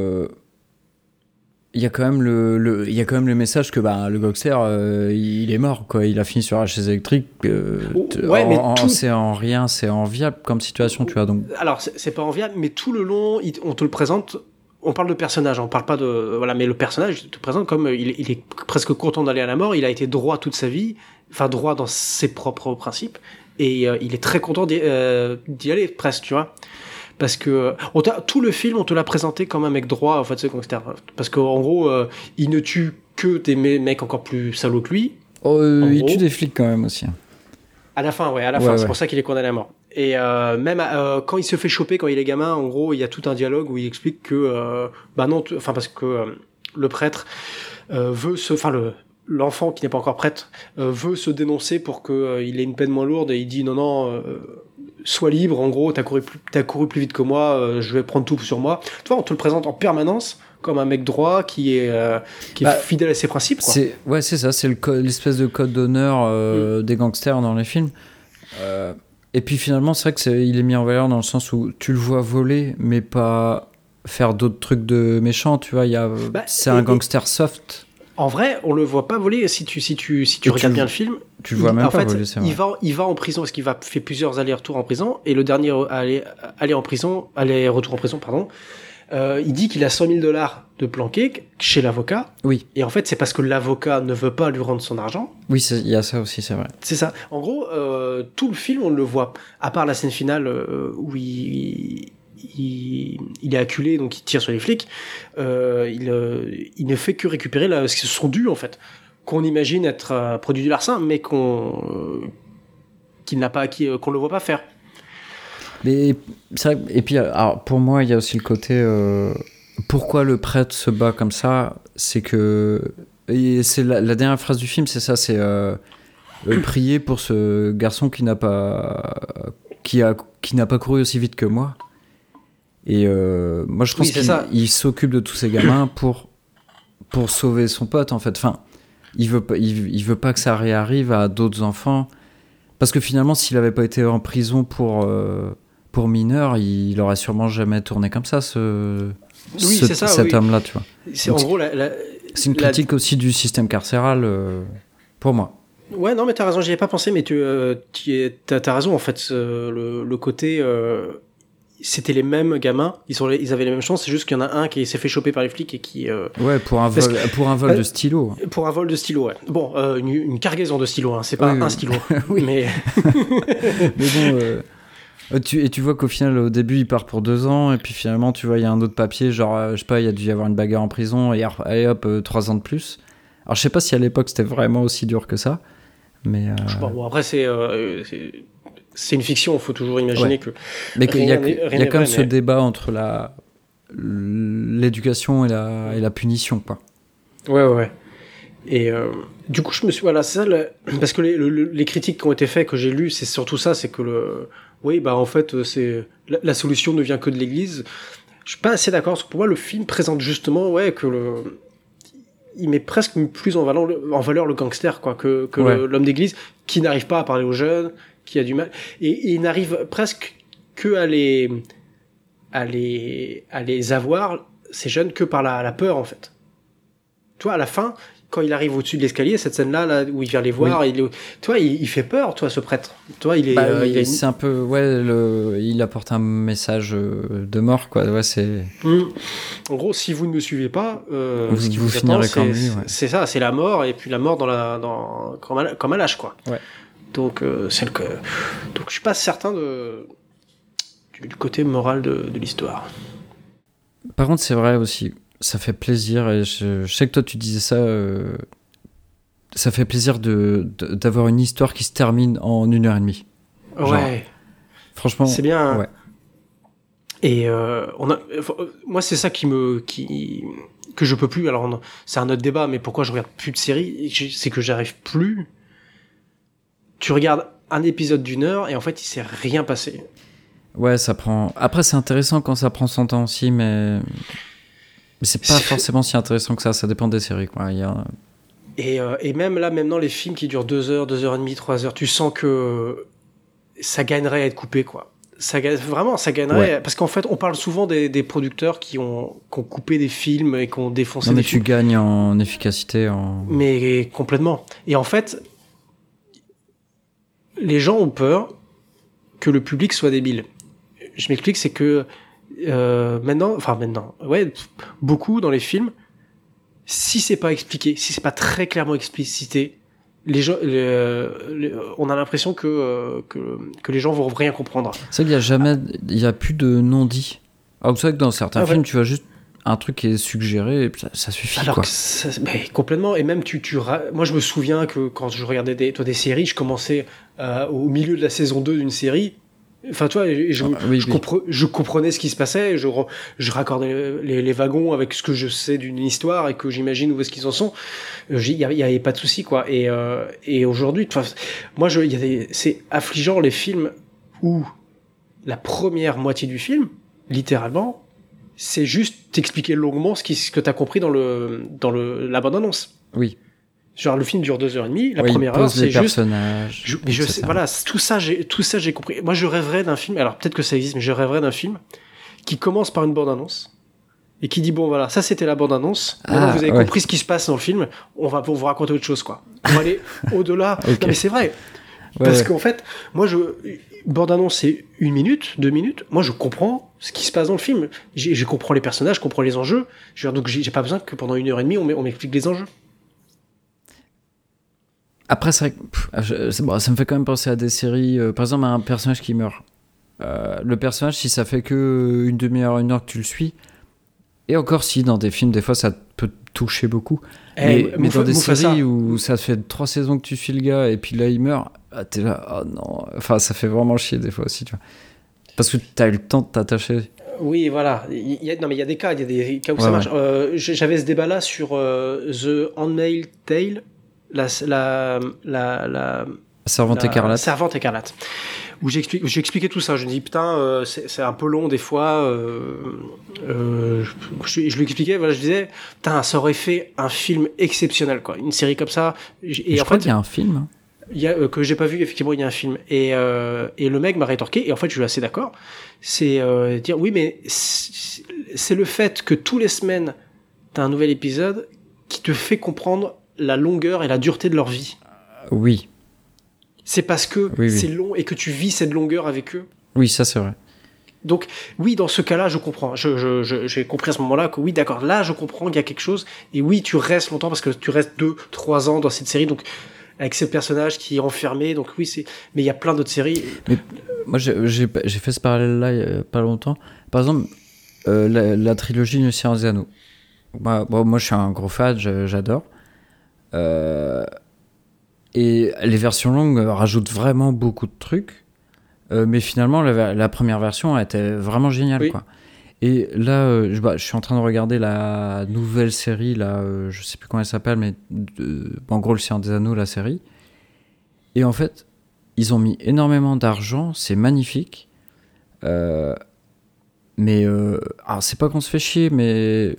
il y a quand même le message que le gangster, il est mort, quoi. Il a fini sur la chaise électrique. C'est enviable comme situation, tu vois. Donc... Alors, c'est pas enviable, mais tout le long, on te le présente... On parle de personnage, on parle pas de... Voilà, mais le personnage te présente comme il est presque content d'aller à la mort, il a été droit toute sa vie, enfin droit dans ses propres principes, et il est très content d'y aller, presque, tu vois. Parce que tout le film, on te l'a présenté comme un mec droit, en fait, ce gangster. Parce qu'en gros, il ne tue que des mecs encore plus salauds que lui. Il tue des flics quand même aussi. À la fin, c'est pour ça qu'il est condamné à mort. Et même quand il se fait choper, quand il est gamin, en gros, il y a tout un dialogue où il explique que, parce que le prêtre l'enfant qui n'est pas encore prêtre veut se dénoncer pour qu'il ait une peine moins lourde, et il dit non, sois libre, en gros, t'as couru plus vite que moi, je vais prendre tout sur moi. Tu vois, on te le présente en permanence comme un mec droit qui est fidèle à ses principes, quoi. C'est ça, c'est l'espèce de code d'honneur des gangsters dans les films. Et puis finalement, c'est vrai qu'il est mis en valeur dans le sens où tu le vois voler, mais pas faire d'autres trucs de méchants, tu vois. C'est un gangster soft. En vrai, on le voit pas voler si tu regardes bien le film. Tu le vois même pas voler, c'est vrai. Il va en prison parce qu'il fait plusieurs allers-retours en prison, et le dernier aller-retour en prison, pardon. Il dit qu'il a $100,000 de planqué chez l'avocat. Oui. Et en fait, c'est parce que l'avocat ne veut pas lui rendre son argent. Oui, il y a ça aussi, c'est vrai. C'est ça. En gros, tout le film, on le voit. À part la scène finale où il est acculé, donc il tire sur les flics. Il ne fait que récupérer son dû, en fait. Qu'on imagine être un produit du larcin, mais qu'il n'a pas acquis, qu'on le voit pas faire. Mais c'est vrai, et puis alors, pour moi il y a aussi le côté pourquoi le prêtre se bat comme ça, c'est que c'est la dernière phrase du film, c'est ça, c'est prier pour ce garçon qui n'a pas couru aussi vite que moi, et moi je pense qu'il s'occupe de tous ces gamins pour sauver son pote, en fait. Enfin, il veut pas que ça réarrive à d'autres enfants, parce que finalement s'il avait pas été en prison pour mineur, il aurait sûrement jamais tourné comme ça, cet homme-là, tu vois. C'est en gros c'est une critique aussi du système carcéral, pour moi. Ouais, non, mais t'as raison, j'y ai pas pensé, mais t'as raison, en fait, le côté, c'était les mêmes gamins, ils avaient les mêmes chances, c'est juste qu'il y en a un qui s'est fait choper par les flics et qui... Ouais, pour un vol de stylo. Pour un vol de stylo, ouais. Bon, une cargaison de stylo, hein, c'est pas un stylo. Oui. Mais bon... tu vois qu'au final, au début, il part pour 2 ans, et puis finalement, tu vois, il y a un autre papier, genre, je sais pas, il y a dû y avoir une bagarre en prison, et allez hop, 3 ans de plus. Alors, je sais pas si à l'époque, c'était vraiment aussi dur que ça, mais... Je sais pas, bon, après, c'est une fiction, il faut toujours imaginer que... Mais il y a quand même ce débat entre l'éducation et la punition, quoi. Ouais. Et du coup, je me suis... Voilà, c'est ça, parce que les critiques qui ont été faites, que j'ai lues, c'est surtout ça, c'est que oui, bah en fait, c'est la solution ne vient que de l'Église. Je suis pas assez d'accord, parce que pour moi, le film présente justement, que il met presque plus en valeur le gangster, quoi, que l'homme d'Église, qui n'arrive pas à parler aux jeunes, qui a du mal, et il n'arrive presque que à les avoir, ces jeunes, que par la peur, en fait. Toi, à la fin, quand il arrive au-dessus de l'escalier, cette scène-là, là, où il vient les voir, toi, il fait peur, toi, ce prêtre. Toi, il est. C'est un peu, il apporte un message de mort, quoi. Ouais, c'est. En gros, si vous ne me suivez pas, ce qui vous finirez comme lui. Ouais. C'est ça, c'est la mort, et puis la mort comme à l'âge, quoi. Ouais. Donc, donc, je suis pas certain du côté moral de l'histoire. Par contre, c'est vrai aussi. Ça fait plaisir, et je sais que toi tu disais ça, ça fait plaisir d'avoir une histoire qui se termine en 1h30. Genre, ouais. Franchement, c'est bien. Ouais. Et moi, c'est ça que je peux plus. Alors, c'est un autre débat, mais pourquoi je regarde plus de séries, c'est que j'arrive plus. Tu regardes un épisode d'1 heure et en fait, il s'est rien passé. Ouais, ça prend. Après, c'est intéressant quand ça prend son temps aussi, mais c'est pas forcément si intéressant que ça. Ça dépend des séries, quoi. Et même là, maintenant, les films qui durent 2 heures, 2h30, 3 heures, tu sens que ça gagnerait à être coupé, quoi. Vraiment, ça gagnerait. Ouais. Parce qu'en fait, on parle souvent des producteurs qui ont coupé des films et qui ont défoncé des films. Mais tu gagnes en efficacité. Mais complètement. Et en fait, les gens ont peur que le public soit débile. Je m'explique, c'est que maintenant, ouais, beaucoup dans les films, si c'est pas expliqué, si c'est pas très clairement explicité, les gens, on a l'impression que les gens vont rien comprendre. C'est vrai qu'il y a plus de non-dit. Alors c'est vrai que dans certains films, tu as juste un truc qui est suggéré et ça suffit. Alors quoi. Mais complètement. Et même moi, je me souviens que quand je regardais des séries, je commençais au milieu de la saison 2 d'une série. Enfin, tu vois, je comprenais ce qui se passait, je raccordais les wagons avec ce que je sais d'une histoire et que j'imagine où est-ce qu'ils en sont. Il y avait pas de souci, quoi. Et aujourd'hui, moi, c'est affligeant les films où la première moitié du film, littéralement, c'est juste t'expliquer longuement ce que t'as compris dans la bande-annonce. Oui. Genre, le film dure 2h30, la première heure, c'est juste. Mais je sais, voilà, tout ça, j'ai compris. Moi, je rêverais d'un film, alors peut-être que ça existe, mais je rêverais d'un film qui commence par une bande-annonce et qui dit, bon, voilà, ça c'était la bande-annonce. Maintenant, vous avez compris ce qui se passe dans le film, on va vous raconter autre chose, quoi. On va aller au-delà. Okay. Non, mais c'est vrai. Parce qu'en fait, moi, bande-annonce, c'est 1 minute, 2 minutes. Moi, je comprends ce qui se passe dans le film. Je comprends les personnages, je comprends les enjeux. Donc, j'ai pas besoin que pendant 1h30, on m'explique les enjeux. Après, c'est vrai que ça me fait quand même penser à des séries. Par exemple, à un personnage qui meurt. Le personnage, si ça fait que 1 demi-heure, 1 heure que tu le suis, et encore si dans des films, des fois, ça peut te toucher beaucoup. Mais dans des séries où ça fait 3 saisons que tu suis le gars, et puis là, il meurt, t'es là, oh non. Enfin, ça fait vraiment chier des fois aussi, tu vois. Parce que t'as eu le temps de t'attacher. Oui, voilà. Il y a des cas où ça marche. J'avais ce débat-là sur The Handmaid's Tale. La Servante écarlate. Servante écarlate. Où j'expliquais tout ça. Je me dis, putain, c'est un peu long des fois. Je lui expliquais, voilà, je disais, putain, ça aurait fait un film exceptionnel, quoi. Une série comme ça. Et je crois qu'il y a un film. Que j'ai pas vu, effectivement, il y a un film. Et le mec m'a rétorqué, et en fait, je suis assez d'accord. C'est dire, oui, mais c'est le fait que tous les semaines, t'as un nouvel épisode qui te fait comprendre la longueur et la dureté de leur vie. Oui. C'est parce que c'est long et que tu vis cette longueur avec eux. Oui, ça c'est vrai. Donc, oui, dans ce cas-là, je comprends. J'ai compris à ce moment-là que oui, d'accord, là, je comprends qu'il y a quelque chose. Et oui, tu restes longtemps parce que tu restes 2-3 ans dans cette série. Donc, avec ce personnage qui est enfermé. Donc, oui, mais il y a plein d'autres séries. Mais moi, j'ai fait ce parallèle-là il n'y a pas longtemps. Par exemple, la trilogie du Seigneur des Anneaux. Moi, je suis un gros fan, j'adore. Et les versions longues rajoutent vraiment beaucoup de trucs, mais finalement la première version elle était vraiment géniale, quoi. Et là je suis en train de regarder la nouvelle série là, je sais plus comment elle s'appelle, mais en gros le Seigneur des Anneaux, la série. Et en fait ils ont mis énormément d'argent, c'est magnifique, mais alors c'est pas qu'on se fait chier, mais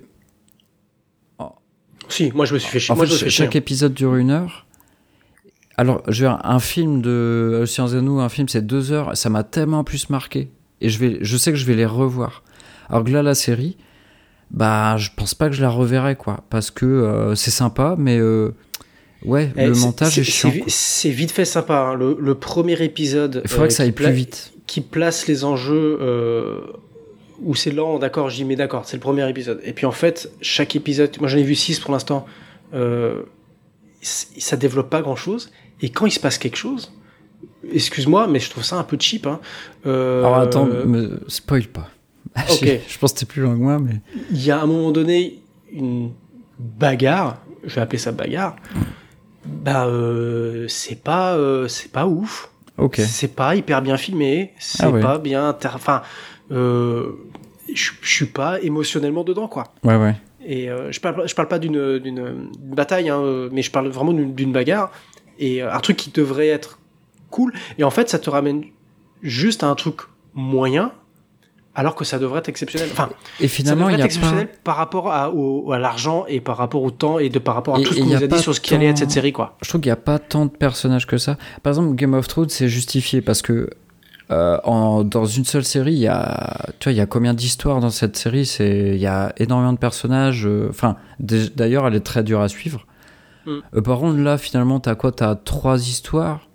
si, moi je me suis fait chier. Chaque épisode dure 1 heure. Alors, un film de Sciences et nous, un film c'est 2 heures, ça m'a tellement plus marqué. Et je sais que je vais les revoir. Alors que là, la série, bah, je pense pas que je la reverrai, quoi. Parce que c'est sympa, mais ouais, le montage est chiant. C'est vite fait sympa. Hein. Le premier épisode. Il faudrait que ça aille plus vite. Qui place les enjeux où c'est lent, d'accord, j'y mets d'accord, c'est le premier épisode. Et puis en fait, chaque épisode, moi j'en ai vu 6 pour l'instant, ça développe pas grand chose. Et quand il se passe quelque chose, excuse-moi, mais je trouve ça un peu cheap. Hein. Alors attends, me spoil pas. Okay. Je pense que t'es plus loin que moi, mais. Il y a à un moment donné une bagarre, je vais appeler ça bagarre. Bah, c'est pas ouf. Ok. C'est pas hyper bien filmé, c'est pas bien. Enfin, je suis pas émotionnellement dedans, quoi. Ouais. Et je parle pas d'une bataille, hein, mais je parle vraiment d'une bagarre. Et un truc qui devrait être cool. Et en fait, ça te ramène juste à un truc moyen. Alors que ça devrait être exceptionnel. Enfin, et finalement, ça devrait être exceptionnel par rapport à l'argent et par rapport au temps et par rapport à tout ce qu'on nous a dit sur ce qui allait être cette série, quoi. Je trouve qu'il n'y a pas tant de personnages que ça. Par exemple, Game of Thrones, c'est justifié parce que dans une seule série, il y a combien d'histoires dans cette série ? Il y a énormément de personnages. D'ailleurs, elle est très dure à suivre. Par contre, là, finalement, t'as quoi ? T'as 3 histoires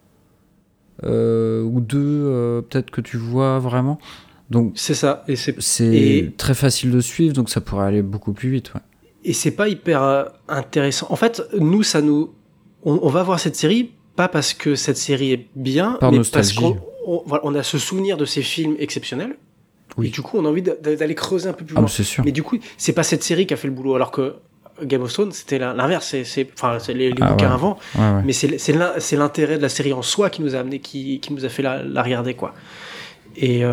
ou 2, peut-être que tu vois vraiment. Donc, c'est ça. C'est très facile de suivre, donc ça pourrait aller beaucoup plus vite. Ouais. Et c'est pas hyper intéressant. En fait, nous, on va voir cette série, pas parce que cette série est bien, par mais nostalgie. Parce qu'on a ce souvenir de ces films exceptionnels. Oui. Et du coup, on a envie d'aller creuser un peu plus loin. C'est sûr. Mais du coup, c'est pas cette série qui a fait le boulot, alors que Game of Thrones, c'était l'inverse. C'est les bouquins avant. Ouais. Mais c'est l'intérêt de la série en soi qui nous a amené, qui nous a fait la regarder, quoi. Et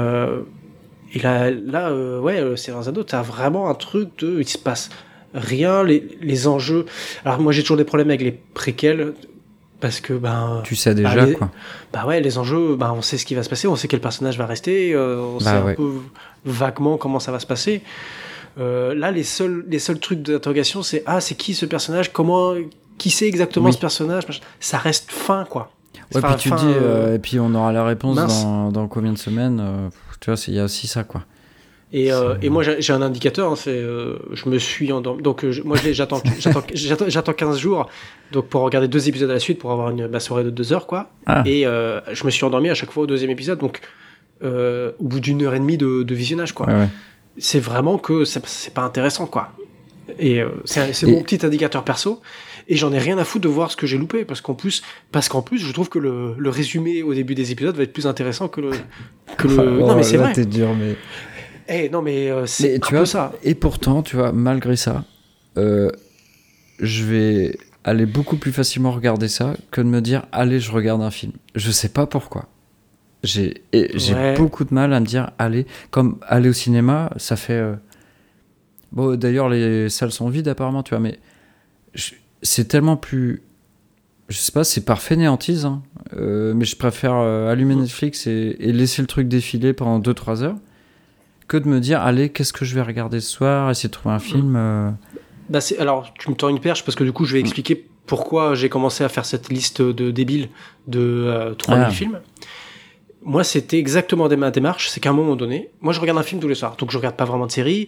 là, Seigneur des Anneaux, t'as vraiment un truc il se passe rien, les enjeux. Alors moi, j'ai toujours des problèmes avec les préquels parce que tu sais déjà quoi. Les enjeux, on sait ce qui va se passer, on sait quel personnage va rester, on sait un peu vaguement comment ça va se passer. Là, les seuls trucs d'interrogation, c'est c'est qui ce personnage, qui c'est exactement ce personnage, ça reste fin, quoi. Ouais, puis tu dis, et puis on aura la réponse dans combien de semaines. Tu vois, il y a aussi ça, quoi. Et moi, j'ai un indicateur. Hein, je me suis endormi. Donc, moi, j'attends 15 jours donc pour regarder 2 épisodes à la suite pour avoir ma soirée de 2 heures, quoi. Et je me suis endormi à chaque fois au 2e épisode. Donc, au bout d'1 heure et demie de visionnage, quoi. Ouais. C'est vraiment que c'est pas intéressant, quoi. Et c'est mon petit indicateur perso. Et j'en ai rien à foutre de voir ce que j'ai loupé, parce qu'en plus, je trouve que le résumé au début des épisodes va être plus intéressant que le. Non, mais c'est vrai. T'es dur, mais. Non, mais c'est un peu ça. Et pourtant, tu vois, malgré ça, je vais aller beaucoup plus facilement regarder ça que de me dire, allez, je regarde un film. Je sais pas pourquoi. J'ai beaucoup de mal à me dire, allez, comme aller au cinéma, ça fait. Bon, d'ailleurs, les salles sont vides apparemment, tu vois, mais. C'est tellement plus... Je sais pas, c'est par fainéantise, hein, mais je préfère allumer Netflix et laisser le truc défiler pendant 2-3 heures que de me dire, allez, qu'est-ce que je vais regarder ce soir, essayer de trouver un film. Alors, tu me tends une perche, parce que du coup, je vais expliquer pourquoi j'ai commencé à faire cette liste de débiles de 3000 films. Moi, c'était exactement ma démarche, c'est qu'à un moment donné, moi je regarde un film tous les soirs, donc je regarde pas vraiment de série,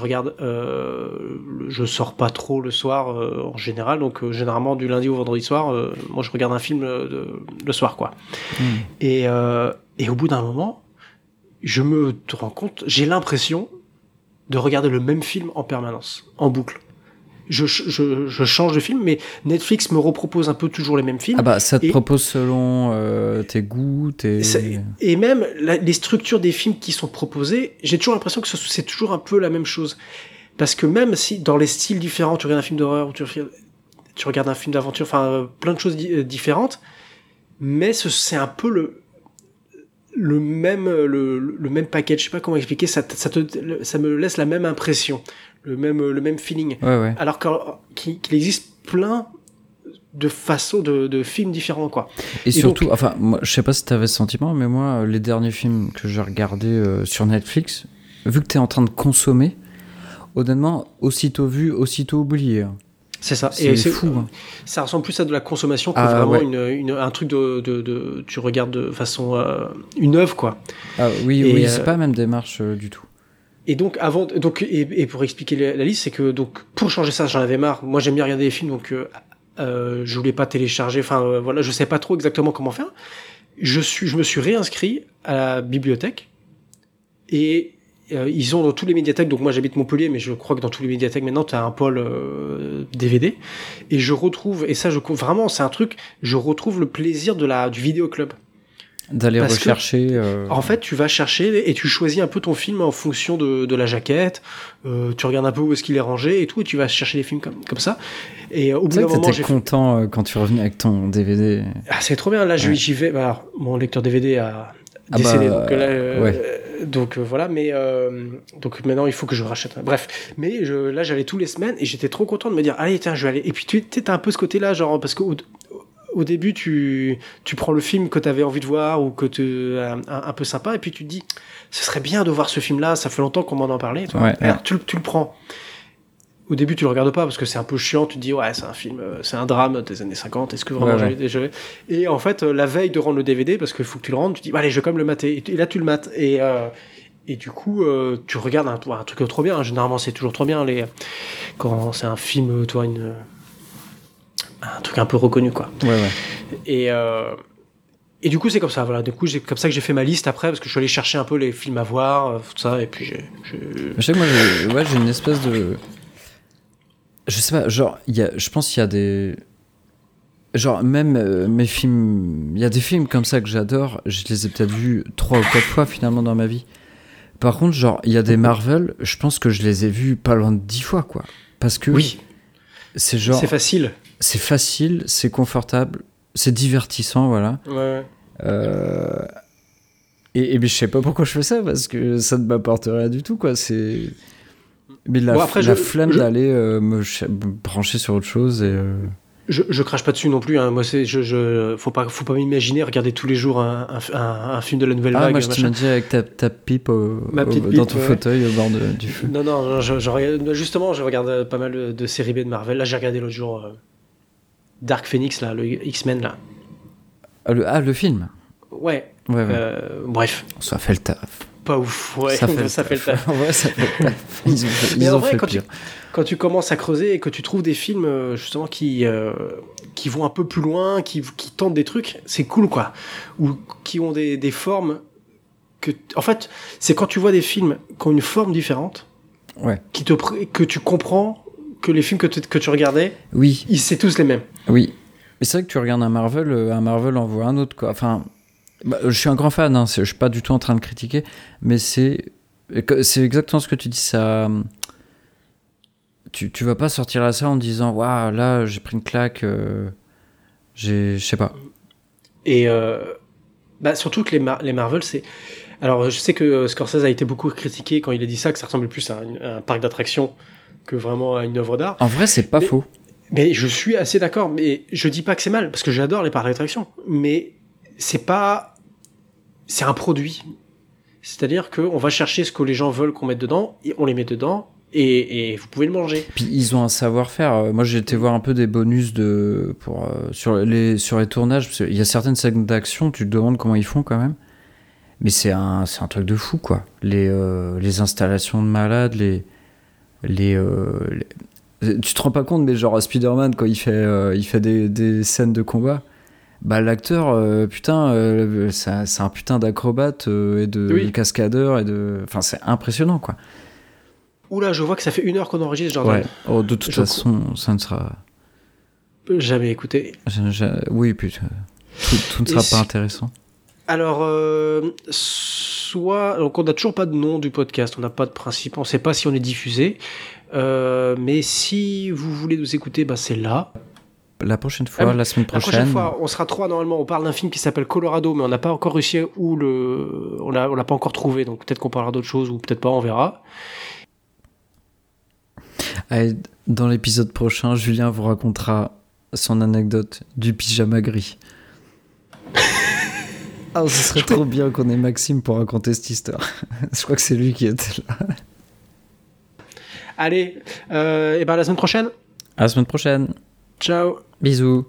je sors pas trop le soir en général, donc généralement du lundi au vendredi soir, moi je regarde un film le soir, quoi. Et au bout d'un moment, je me rends compte, j'ai l'impression de regarder le même film en permanence, en boucle. Je change de film, mais Netflix me repropose un peu toujours les mêmes films. Ça te propose selon tes goûts, et même les structures des films qui sont proposés, j'ai toujours l'impression que c'est toujours un peu la même chose. Parce que même si dans les styles différents, tu regardes un film d'horreur ou tu regardes un film d'aventure, enfin plein de choses différentes, mais c'est un peu le même package, je sais pas comment expliquer, ça me laisse la même impression, le même feeling. Ouais. Alors qu'il existe plein de façons de films différents, quoi. Et surtout, donc, moi, je sais pas si t'avais ce sentiment, mais moi, les derniers films que j'ai regardés sur Netflix, vu que t'es en train de consommer, honnêtement, aussitôt vu, aussitôt oublié. C'est ça. C'est fou. Hein. Ça ressemble plus à de la consommation que vraiment un truc tu regardes de façon une œuvre, quoi. Oui, c'est pas la même démarche du tout. Et donc et pour expliquer la liste, c'est que donc pour changer ça, j'en avais marre. Moi, j'aime bien regarder des films, donc je voulais pas télécharger. Enfin voilà, je sais pas trop exactement comment faire. Je me suis réinscrit à la bibliothèque et ils ont dans tous les médiathèques. Donc moi, j'habite Montpellier, mais je crois que dans tous les médiathèques maintenant, tu as un pôle DVD. Et je retrouve, et ça, vraiment, c'est un truc. Je retrouve le plaisir du vidéoclub. D'aller rechercher. En fait, tu vas chercher et tu choisis un peu ton film en fonction de la jaquette. Tu regardes un peu où est-ce qu'il est rangé et tout, et tu vas chercher des films comme ça. Et au bout d'un moment, j'étais content quand tu revenais avec ton DVD. Ah, c'est trop bien. Là, j'y vais. Bah, alors, mon lecteur DVD a décédé, donc là, donc voilà. Mais donc maintenant, il faut que je rachète. Bref, mais là, j'allais tous les semaines et j'étais trop content de me dire, allez, tiens, je vais aller. Et puis tu t'as un peu ce côté-là, genre parce que au début, tu prends le film que tu avais envie de voir ou que un peu sympa, et puis tu te dis, ce serait bien de voir ce film-là, ça fait longtemps qu'on m'en a parlé. Tu le prends. Au début, tu le regardes pas parce que c'est un peu chiant, tu te dis, ouais, c'est un film, c'est un drame des années 50, est-ce que vraiment j'avais... Et en fait, la veille de rendre le DVD, parce qu'il faut que tu le rendes, tu te dis, allez, je vais quand même le mater. Et là, tu le mates. Et du coup, tu regardes un truc trop bien. Généralement, c'est toujours trop bien quand c'est un film, toi, un truc un peu reconnu, quoi. Et du coup, c'est comme ça, voilà. Du coup, c'est comme ça que j'ai fait ma liste après, parce que je suis allé chercher un peu les films à voir, tout ça, et puis Je sais que moi, j'ai une espèce de... Je sais pas, genre, je pense qu'il y a des... Genre, même mes films... Il y a des films comme ça que j'adore, je les ai peut-être vus 3 ou 4 fois, finalement, dans ma vie. Par contre, genre, il y a des Marvel, je pense que je les ai vus pas loin de 10 fois, quoi. Parce que... Oui. C'est genre... C'est facile. C'est facile, c'est confortable, c'est divertissant, voilà. Ouais. Et je sais pas pourquoi je fais ça, parce que ça ne m'apporte rien du tout, quoi. Mais la flemme d'aller me brancher sur autre chose et... Je crache pas dessus non plus, hein. Moi, faut pas m'imaginer regarder tous les jours un film de la nouvelle vague. Moi, je t'imagine avec ta pipe, dans ton fauteuil au bord du feu. Non, justement, je regarde pas mal de séries B de Marvel. Là, j'ai regardé l'autre jour Dark Phoenix, là, le X-Men, là. Le film. Ouais. Bref. Ça fait le taf. Pas ouf, ouais, ça fait le taf. Ouais, ça fait le taf. Ils ont fait pire. Quand tu commences à creuser et que tu trouves des films justement qui vont un peu plus loin, qui tentent des trucs, c'est cool, quoi. Ou qui ont des formes en fait, c'est quand tu vois des films qui ont une forme différente, que tu comprends que les films que tu regardais, c'est tous les mêmes. Oui. Mais c'est vrai que tu regardes un Marvel envoie un autre, quoi. Enfin, je suis un grand fan, hein, je suis pas du tout en train de critiquer, mais c'est exactement ce que tu dis, ça... Tu vas pas sortir à ça en disant waouh, là j'ai pris une claque, je sais pas. Et surtout que les Marvel, c'est... Alors je sais que Scorsese a été beaucoup critiqué quand il a dit ça, que ça ressemble plus à un parc d'attractions que vraiment à une œuvre d'art. En vrai, c'est pas faux. Mais je suis assez d'accord, mais je dis pas que c'est mal, parce que j'adore les parcs d'attractions, mais c'est un produit. C'est-à-dire qu'on va chercher ce que les gens veulent qu'on mette dedans, et on les met dedans, et vous pouvez le manger. Puis ils ont un savoir-faire. Moi, j'ai été voir un peu des bonus sur les tournages, parce qu'il y a certaines scènes d'action, tu te demandes comment ils font quand même. Mais c'est un truc de fou, quoi. Les installations de malades, tu te rends pas compte, mais genre Spider-Man, quand il fait des scènes de combat, bah l'acteur, c'est un putain d'acrobate et de cascadeur enfin, c'est impressionnant, quoi. Oula, je vois que ça fait 1 heure qu'on enregistre, Jordan. Ouais. De toute façon, ça ne sera jamais écouté. Oui, puis tout ne sera pas intéressant. Alors, donc on n'a toujours pas de nom du podcast, on n'a pas de principe, on ne sait pas si on est diffusé, mais si vous voulez nous écouter, c'est là. La prochaine fois, la semaine prochaine. La prochaine fois, on sera 3 normalement. On parle d'un film qui s'appelle Colorado, mais on n'a pas encore réussi on l'a pas encore trouvé, donc peut-être qu'on parlera d'autre chose ou peut-être pas, on verra. Allez, dans l'épisode prochain, Julien vous racontera son anecdote du pyjama gris. Ce serait trop bien qu'on ait Maxime pour raconter cette histoire. Je crois que c'est lui qui était là. Allez, et la semaine prochaine. À la semaine prochaine. Ciao. Bisous.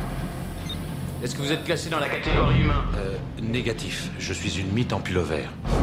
Est-ce que vous êtes classé dans la catégorie humain ? Négatif. Je suis une mythe en pullover.